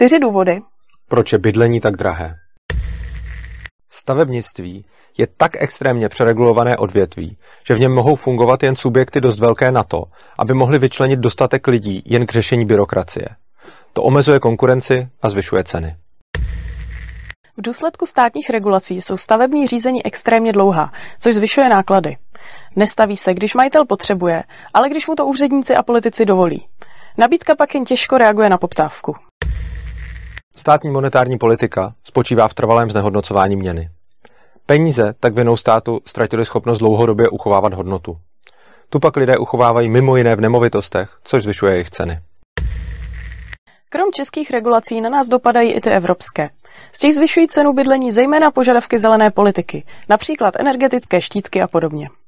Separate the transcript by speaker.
Speaker 1: 4 důvody,
Speaker 2: proč je bydlení tak drahé. Stavebnictví je tak extrémně přeregulované odvětví, že v něm mohou fungovat jen subjekty dost velké na to, aby mohli vyčlenit dostatek lidí jen k řešení byrokracie. To omezuje konkurenci a zvyšuje ceny.
Speaker 1: V důsledku státních regulací jsou stavební řízení extrémně dlouhá, což zvyšuje náklady. Nestaví se, když majitel potřebuje, ale když mu to úředníci a politici dovolí. Nabídka pak jen těžko reaguje na poptávku.
Speaker 2: Státní monetární politika spočívá v trvalém znehodnocování měny. Peníze tak vinou státu ztratily schopnost dlouhodobě uchovávat hodnotu. Tu pak lidé uchovávají mimo jiné v nemovitostech, což zvyšuje jejich ceny.
Speaker 1: Krom českých regulací na nás dopadají i ty evropské. Z těch zvyšují cenu bydlení zejména požadavky zelené politiky, například energetické štítky a podobně.